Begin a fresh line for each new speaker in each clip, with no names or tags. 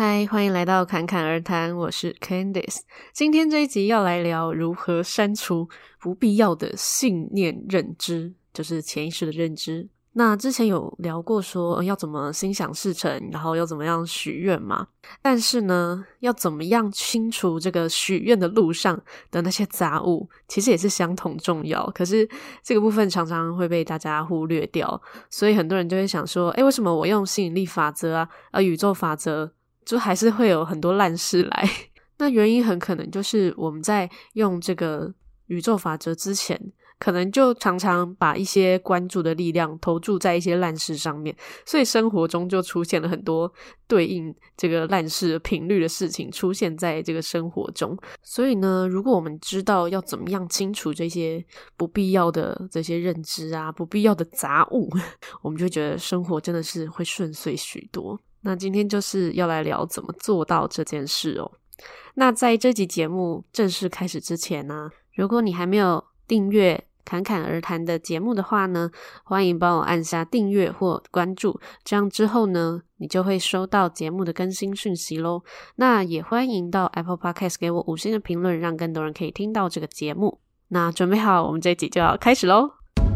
嗨，欢迎来到侃侃而谈，我是 Candice。今天这一集要来聊如何删除不必要的信念认知，就是潜意识的认知。那之前有聊过说要怎么心想事成，然后要怎么样许愿嘛。但是呢，要怎么样清除这个许愿的路上的那些杂物，其实也是相同重要。可是这个部分常常会被大家忽略掉，所以很多人就会想说，为什么我用吸引力法则宇宙法则就还是会有很多烂事来？那原因很可能就是我们在用这个宇宙法则之前，可能就常常把一些关注的力量投注在一些烂事上面，所以生活中就出现了很多对应这个烂事频率的事情出现在这个生活中。所以呢，如果我们知道要怎么样清除这些不必要的这些认知不必要的杂物，我们就觉得生活真的是会顺遂许多。那今天就是要来聊怎么做到这件事哦。那在这集节目正式开始之前呢，如果你还没有订阅侃侃而谈的节目的话呢，欢迎帮我按下订阅或关注，这样之后呢，你就会收到节目的更新讯息咯。那也欢迎到 Apple Podcast 给我5星的评论，让更多人可以听到这个节目。那准备好，我们这一集就要开始咯。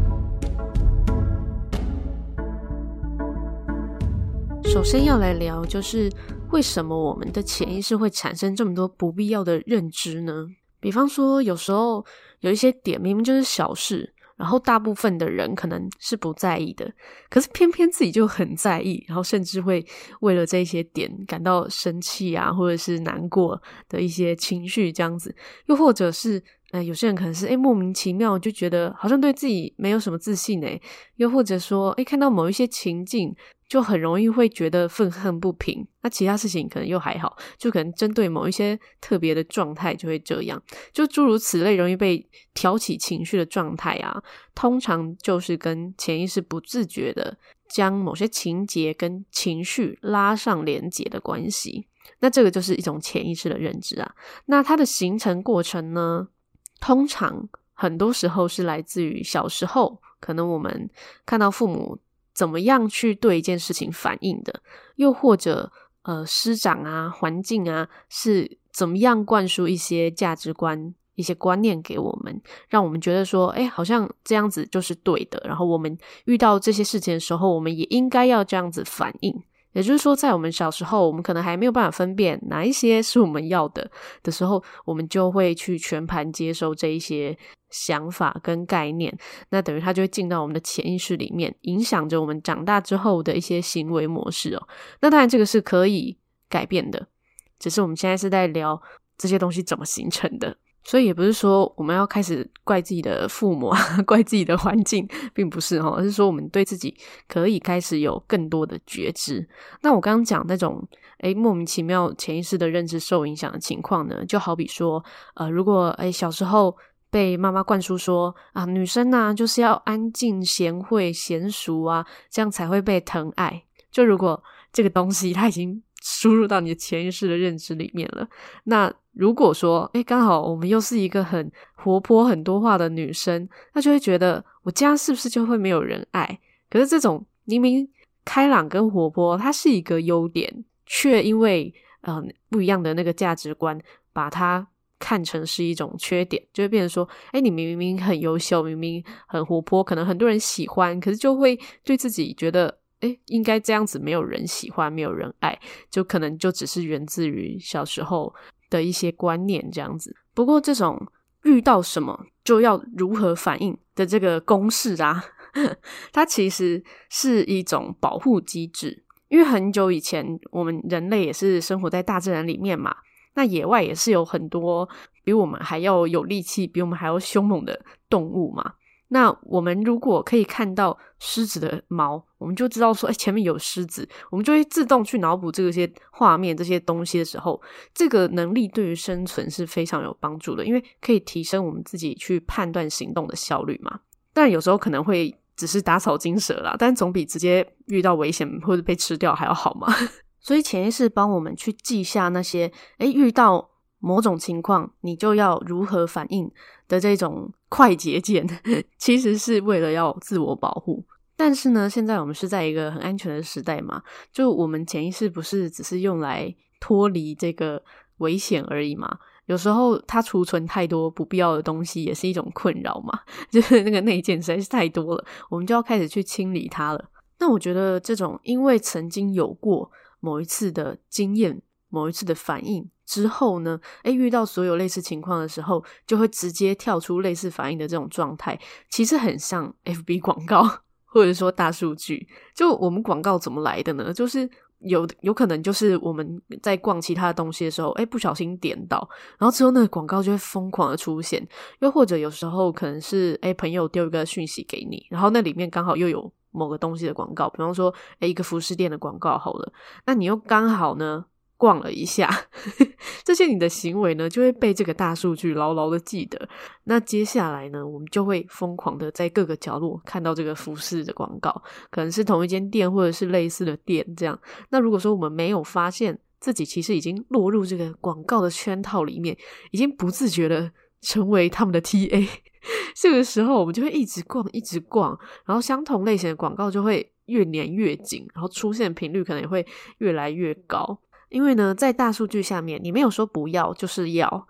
首先要来聊就是为什么我们的潜意识会产生这么多不必要的认知呢？比方说有时候有一些点明明就是小事，然后大部分的人可能是不在意的，可是偏偏自己就很在意，然后甚至会为了这些点感到生气或者是难过的一些情绪这样子。又或者是有些人可能是莫名其妙就觉得好像对自己没有什么自信又或者说看到某一些情境就很容易会觉得愤恨不平，那其他事情可能又还好，就可能针对某一些特别的状态就会这样，就诸如此类容易被挑起情绪的状态通常就是跟潜意识不自觉的将某些情节跟情绪拉上连结的关系。那这个就是一种潜意识的认知那它的形成过程呢，通常很多时候是来自于小时候，可能我们看到父母怎么样去对一件事情反应的，又或者师长环境是怎么样灌输一些价值观一些观念给我们，让我们觉得说好像这样子就是对的，然后我们遇到这些事情的时候我们也应该要这样子反应。也就是说在我们小时候我们可能还没有办法分辨哪一些是我们要的时候，我们就会去全盘接受这一些想法跟概念，那等于它就会进到我们的潜意识里面，影响着我们长大之后的一些行为模式那当然这个是可以改变的，只是我们现在是在聊这些东西怎么形成的。所以也不是说我们要开始怪自己的父母怪自己的环境，并不是而是说我们对自己可以开始有更多的觉知。那我刚刚讲那种莫名其妙潜意识的认知受影响的情况呢，就好比说如果小时候被妈妈灌输说女生就是要安静贤惠娴熟这样才会被疼爱，就如果这个东西它已经输入到你的潜意识的认知里面了，那如果说刚好我们又是一个很活泼很多话的女生，那就会觉得我这样是不是就会没有人爱？可是这种明明开朗跟活泼它是一个优点，却因为不一样的那个价值观把它看成是一种缺点，就会变成说你明明很优秀，明明很活泼，可能很多人喜欢，可是就会对自己觉得应该这样子没有人喜欢没有人爱，就可能就只是源自于小时候的一些观念这样子。不过这种遇到什么就要如何反应的这个公式它其实是一种保护机制，因为很久以前我们人类也是生活在大自然里面嘛，那野外也是有很多比我们还要有力气比我们还要凶猛的动物嘛。那我们如果可以看到狮子的毛，我们就知道说前面有狮子，我们就会自动去脑补这些画面这些东西的时候，这个能力对于生存是非常有帮助的，因为可以提升我们自己去判断行动的效率嘛。当然有时候可能会只是打草惊蛇啦，但总比直接遇到危险或者被吃掉还要好嘛。所以潜意识帮我们去记下那些遇到某种情况你就要如何反应的这种快捷键，其实是为了要自我保护。但是呢，现在我们是在一个很安全的时代嘛，就我们潜意识不是只是用来脱离这个危险而已嘛。有时候它储存太多不必要的东西也是一种困扰嘛，就是那个内建实在是太多了，我们就要开始去清理它了。那我觉得这种因为曾经有过某一次的经验，某一次的反应之后呢，遇到所有类似情况的时候就会直接跳出类似反应的这种状态，其实很像 FB 广告或者说大数据。就我们广告怎么来的呢？就是有可能就是我们在逛其他的东西的时候不小心点到，然后之后那个广告就会疯狂的出现。又或者有时候可能是朋友丢一个讯息给你，然后那里面刚好又有某个东西的广告，比方说一个服饰店的广告好了，那你又刚好呢逛了一下这些你的行为呢就会被这个大数据牢牢的记得。那接下来呢我们就会疯狂的在各个角落看到这个服饰的广告，可能是同一间店或者是类似的店这样。那如果说我们没有发现自己其实已经落入这个广告的圈套里面，已经不自觉的成为他们的 TA 这个时候我们就会一直逛一直逛，然后相同类型的广告就会越粘越紧，然后出现频率可能也会越来越高。因为呢在大数据下面你没有说不要就是要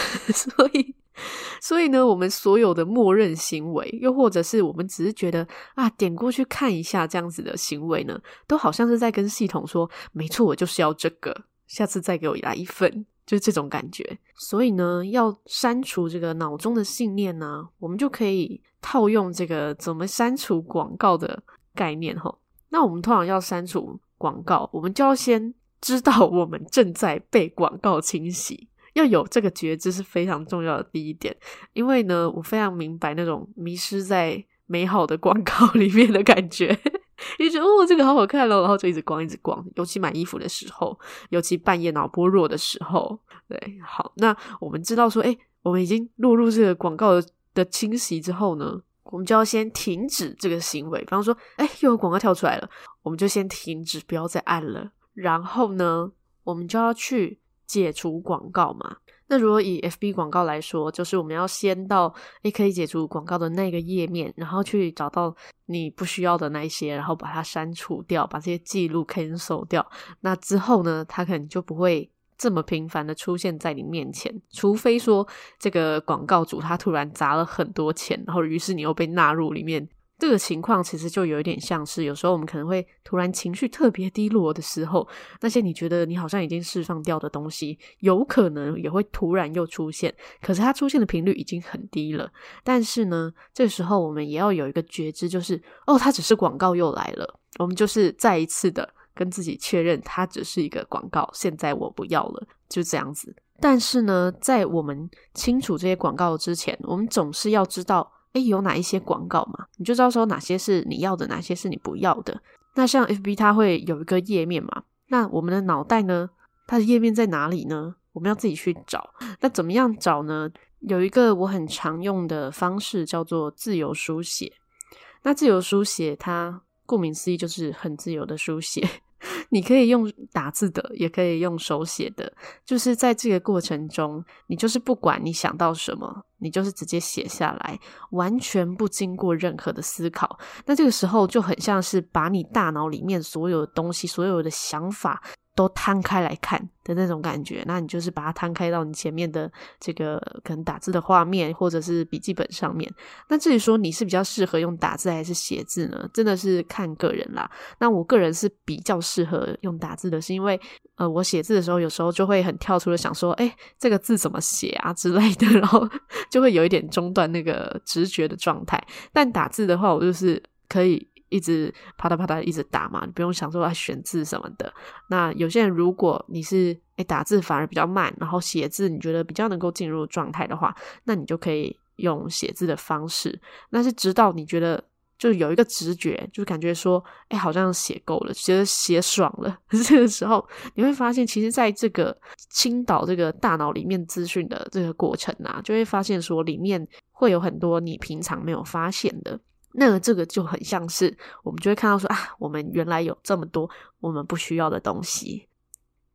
所以呢我们所有的默认行为，又或者是我们只是觉得点过去看一下这样子的行为呢，都好像是在跟系统说没错我就是要这个，下次再给我来一份，就是这种感觉。所以呢要删除这个脑中的信念呢，我们就可以套用这个怎么删除广告的概念齁。那我们通常要删除广告，我们就要先知道我们正在被广告侵袭，要有这个觉知是非常重要的第一点。因为呢我非常明白那种迷失在美好的广告里面的感觉就觉得这个好好看然后就一直逛一直逛，尤其买衣服的时候，尤其半夜脑波弱的时候。对，好，那我们知道说我们已经落入这个广告的侵袭之后呢，我们就要先停止这个行为。比方说又有广告跳出来了，我们就先停止，不要再按了。然后呢我们就要去解除广告嘛。那如果以 FB 广告来说，就是我们要先到可以解除广告的那个页面，然后去找到你不需要的那一些，然后把它删除掉，把这些记录 cancel 掉。那之后呢它可能就不会这么频繁的出现在你面前，除非说这个广告主他突然砸了很多钱，然后于是你又被纳入里面。这个情况其实就有一点像是有时候我们可能会突然情绪特别低落的时候，那些你觉得你好像已经释放掉的东西有可能也会突然又出现，可是它出现的频率已经很低了。但是呢这时候我们也要有一个觉知，就是它只是广告又来了，我们就是再一次的跟自己确认它只是一个广告，现在我不要了，就这样子。但是呢在我们清楚这些广告之前，我们总是要知道有哪一些广告嘛，你就知道说哪些是你要的，哪些是你不要的。那像 FB 它会有一个页面嘛，那我们的脑袋呢它的页面在哪里呢？我们要自己去找。那怎么样找呢？有一个我很常用的方式叫做自由书写。那自由书写它顾名思义就是很自由的书写你可以用打字的，也可以用手写的，就是在这个过程中你就是不管你想到什么，你就是直接写下来，完全不经过任何的思考。那这个时候就很像是把你大脑里面所有的东西，所有的想法都摊开来看的那种感觉。那你就是把它摊开到你前面的这个可能打字的画面或者是笔记本上面。那至于说你是比较适合用打字还是写字呢，真的是看个人啦。那我个人是比较适合用打字的，是因为我写字的时候有时候就会很跳出的想说这个字怎么写啊之类的，然后就会有一点中断那个直觉的状态。但打字的话我就是可以一直啪嗒啪嗒一直打嘛，你不用想说要选字什么的。那有些人如果你是打字反而比较慢，然后写字你觉得比较能够进入状态的话，那你就可以用写字的方式。那是直到你觉得就有一个直觉，就感觉说好像写够了，觉得写爽了这个时候你会发现其实在这个倾倒这个大脑里面资讯的这个过程啊，就会发现说里面会有很多你平常没有发现的。那这个就很像是我们就会看到说我们原来有这么多我们不需要的东西。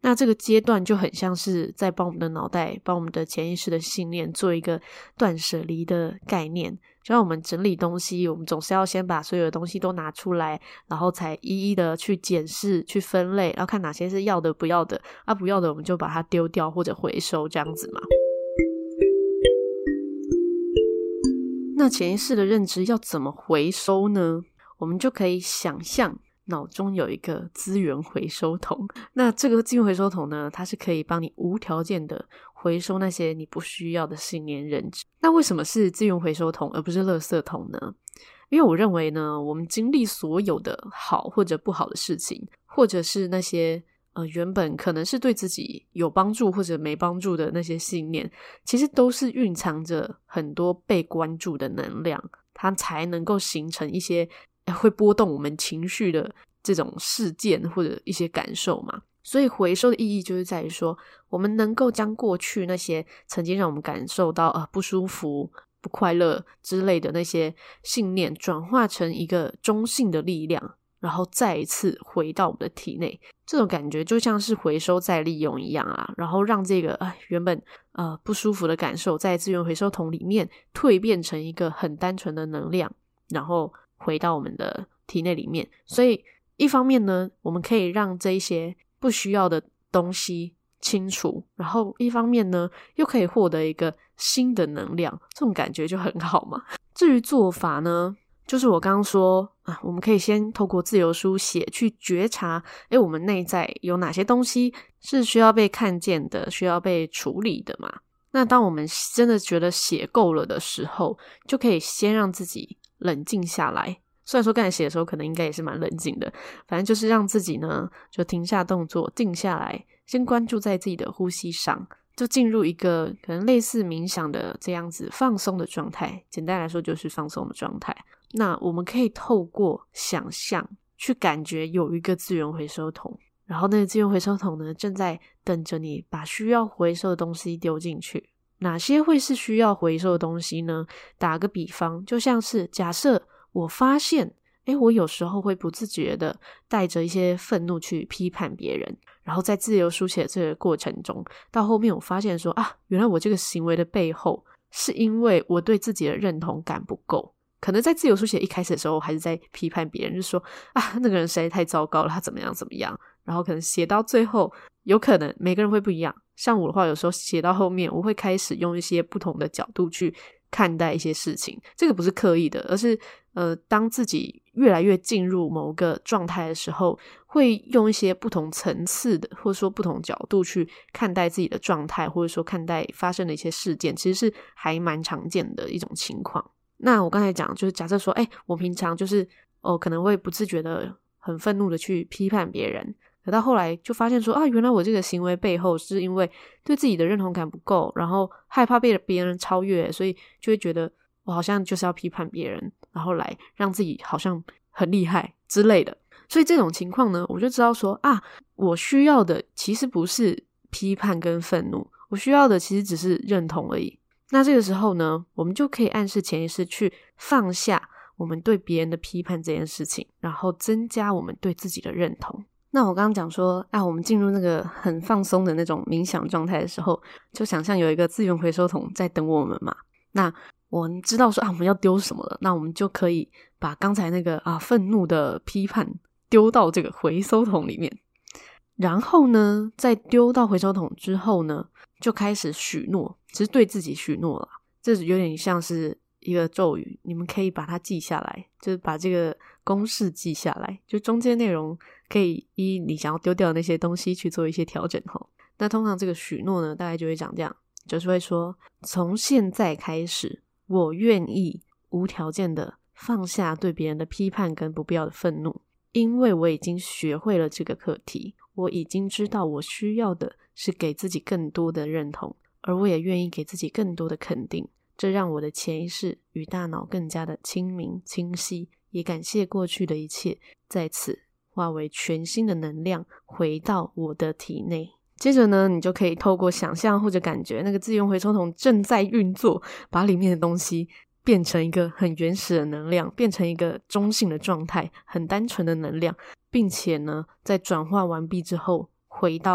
那这个阶段就很像是在帮我们的脑袋，帮我们的潜意识的信念做一个断舍离的概念。就像我们整理东西，我们总是要先把所有的东西都拿出来，然后才一一的去检视、去分类，然后看哪些是要的不要的，不要的我们就把它丢掉或者回收这样子嘛。那潜意识的认知要怎么回收呢？我们就可以想象脑中有一个资源回收桶，那这个资源回收桶呢，它是可以帮你无条件的回收那些你不需要的信念认知。那为什么是资源回收桶而不是垃圾桶呢？因为我认为呢，我们经历所有的好或者不好的事情，或者是那些原本可能是对自己有帮助或者没帮助的那些信念，其实都是蕴藏着很多被关注的能量，它才能够形成一些会波动我们情绪的这种事件或者一些感受嘛。所以回收的意义就是在于说，我们能够将过去那些曾经让我们感受到不舒服、不快乐之类的那些信念，转化成一个中性的力量，然后再一次回到我们的体内。这种感觉就像是回收再利用一样啊，然后让这个原本不舒服的感受在资源回收桶里面蜕变成一个很单纯的能量，然后回到我们的体内里面。所以一方面呢，我们可以让这一些不需要的东西清除，然后一方面呢又可以获得一个新的能量，这种感觉就很好嘛。至于做法呢，就是我刚刚说我们可以先透过自由书写去觉察我们内在有哪些东西是需要被看见的，需要被处理的嘛。那当我们真的觉得写够了的时候，就可以先让自己冷静下来。虽然说刚才写的时候可能应该也是蛮冷静的，反正就是让自己呢就停下动作，静下来，先关注在自己的呼吸上，就进入一个可能类似冥想的这样子放松的状态。简单来说就是放松的状态。那我们可以透过想象去感觉有一个资源回收桶，然后那个资源回收桶呢正在等着你把需要回收的东西丢进去。哪些会是需要回收的东西呢？打个比方，就像是假设我发现我有时候会不自觉的带着一些愤怒去批判别人，然后在自由书写这个过程中，到后面我发现说原来我这个行为的背后是因为我对自己的认同感不够。可能在自由书写一开始的时候还是在批判别人，就说那个人实在太糟糕了，他怎么样怎么样，然后可能写到最后，有可能每个人会不一样。像我的话，有时候写到后面我会开始用一些不同的角度去看待一些事情，这个不是刻意的，而是当自己越来越进入某个状态的时候，会用一些不同层次的或者说不同角度去看待自己的状态，或者说看待发生的一些事件，其实是还蛮常见的一种情况。那我刚才讲就是假设说我平常就是可能会不自觉的很愤怒的去批判别人，可到后来就发现说原来我这个行为背后是因为对自己的认同感不够，然后害怕被别人超越，所以就会觉得我好像就是要批判别人，然后来让自己好像很厉害之类的。所以这种情况呢，我就知道说我需要的其实不是批判跟愤怒，我需要的其实只是认同而已。那这个时候呢，我们就可以暗示潜意识去放下我们对别人的批判这件事情，然后增加我们对自己的认同。那我刚刚讲说我们进入那个很放松的那种冥想状态的时候，就想象有一个资源回收桶在等我们嘛。那我们知道说我们要丢什么了，那我们就可以把刚才那个愤怒的批判丢到这个回收桶里面。然后呢，在丢到回收桶之后呢，就开始许诺，只是对自己许诺啦。这有点像是一个咒语，你们可以把它记下来，就是把这个公式记下来，就中间内容可以依你想要丢掉的那些东西去做一些调整齁。那通常这个许诺呢，大概就会长这样，就是会说从现在开始，我愿意无条件的放下对别人的批判跟不必要的愤怒，因为我已经学会了这个课题，我已经知道我需要的是给自己更多的认同，而我也愿意给自己更多的肯定，这让我的潜意识与大脑更加的清明清晰，也感谢过去的一切在此化为全新的能量回到我的体内。接着呢，你就可以透过想象或者感觉那个资源回收桶正在运作，把里面的东西变成一个很原始的能量，变成一个中性的状态，很单纯的能量，并且呢在转化完毕之后回到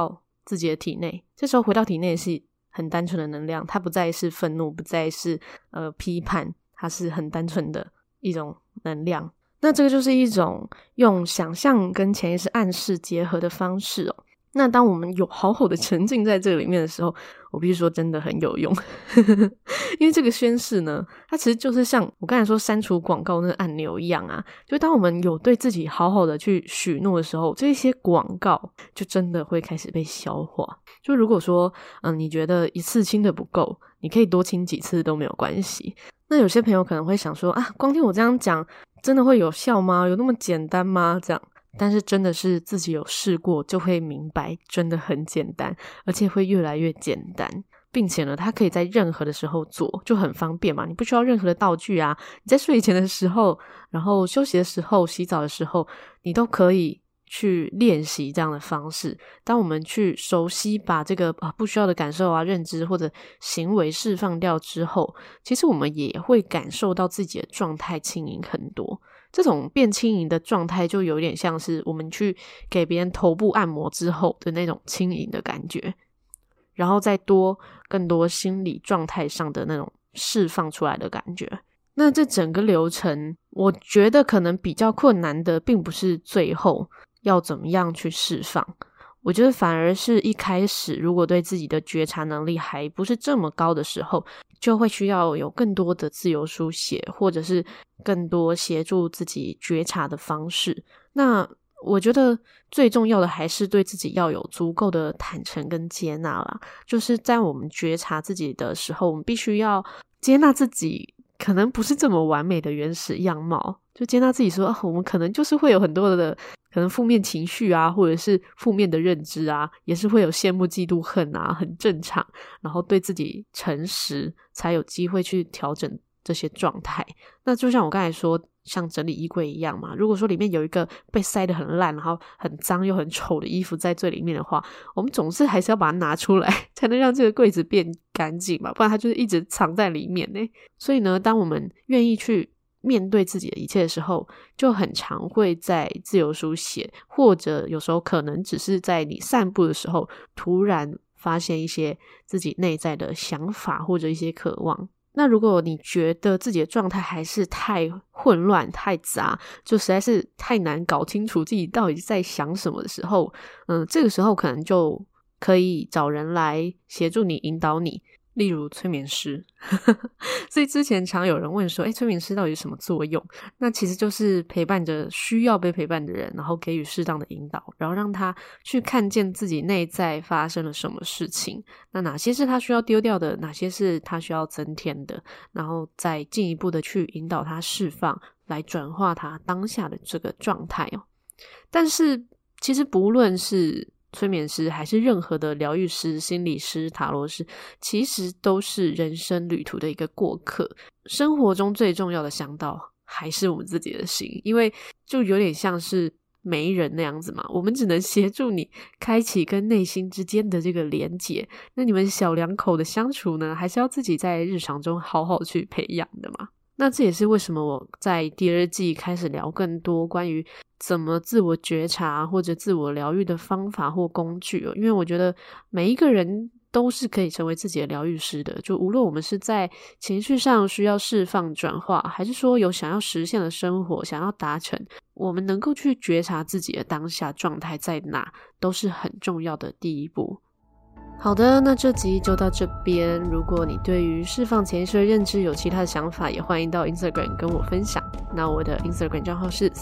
自己的体内，这时候回到体内是很单纯的能量，它不再是愤怒，不再是批判，它是很单纯的一种能量。那这个就是一种用想象跟潜意识暗示结合的方式哦。那当我们有好好的沉浸在这个里面的时候，我必须说真的很有用因为这个宣誓呢，它其实就是像我刚才说删除广告那个按钮一样啊，就当我们有对自己好好的去许诺的时候，这些广告就真的会开始被消化。就如果说你觉得一次清的不够，你可以多清几次都没有关系。那有些朋友可能会想说啊，光听我这样讲真的会有效吗？有那么简单吗？这样，但是真的是自己有试过就会明白，真的很简单，而且会越来越简单，并且呢它可以在任何的时候做，就很方便嘛，你不需要任何的道具啊，你在睡前的时候，然后休息的时候，洗澡的时候，你都可以去练习这样的方式。当我们去熟悉把这个不需要的感受啊、认知或者行为释放掉之后，其实我们也会感受到自己的状态轻盈很多。这种变轻盈的状态就有点像是我们去给别人头部按摩之后的那种轻盈的感觉，然后再更多心理状态上的那种释放出来的感觉。那这整个流程我觉得可能比较困难的并不是最后要怎么样去释放，我觉得反而是一开始如果对自己的觉察能力还不是这么高的时候，就会需要有更多的自由书写，或者是更多协助自己觉察的方式。那我觉得最重要的还是对自己要有足够的坦诚跟接纳啦，就是在我们觉察自己的时候，我们必须要接纳自己可能不是这么完美的原始样貌，就接纳自己说我们可能就是会有很多的可能负面情绪啊，或者是负面的认知啊，也是会有羡慕嫉妒恨啊，很正常，然后对自己诚实才有机会去调整这些状态。那就像我刚才说像整理衣柜一样嘛，如果说里面有一个被塞得很烂，然后很脏又很丑的衣服在最里面的话，我们总是还是要把它拿出来才能让这个柜子变干净嘛，不然它就是一直藏在里面呢。所以呢，当我们愿意去面对自己的一切的时候，就很常会在自由书写，或者有时候可能只是在你散步的时候突然发现一些自己内在的想法或者一些渴望。那如果你觉得自己的状态还是太混乱太杂，就实在是太难搞清楚自己到底在想什么的时候，这个时候可能就可以找人来协助你引导你，例如催眠师所以之前常有人问说催眠师到底是什么作用？那其实就是陪伴着需要被陪伴的人，然后给予适当的引导，然后让他去看见自己内在发生了什么事情，那哪些是他需要丢掉的，哪些是他需要增添的，然后再进一步的去引导他释放，来转化他当下的这个状态哦。但是其实不论是催眠师还是任何的疗愈师、心理师、塔罗师，其实都是人生旅途的一个过客。生活中最重要的向导还是我们自己的心，因为就有点像是媒人那样子嘛，我们只能协助你开启跟内心之间的这个连结，那你们小两口的相处呢，还是要自己在日常中好好去培养的嘛。那这也是为什么我在第2季开始聊更多关于怎么自我觉察或者自我疗愈的方法或工具因为我觉得每一个人都是可以成为自己的疗愈师的，就无论我们是在情绪上需要释放转化，还是说有想要实现的生活想要达成，我们能够去觉察自己的当下状态在哪，都是很重要的第一步。好的，那这集就到这边。如果你对于释放潜意识的认知有其他的想法，也欢迎到 Instagram 跟我分享。那我的 Instagram 账号是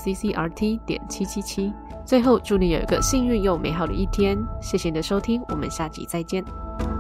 ccrt.777。最后祝你有一个幸运又美好的一天，谢谢你的收听，我们下集再见。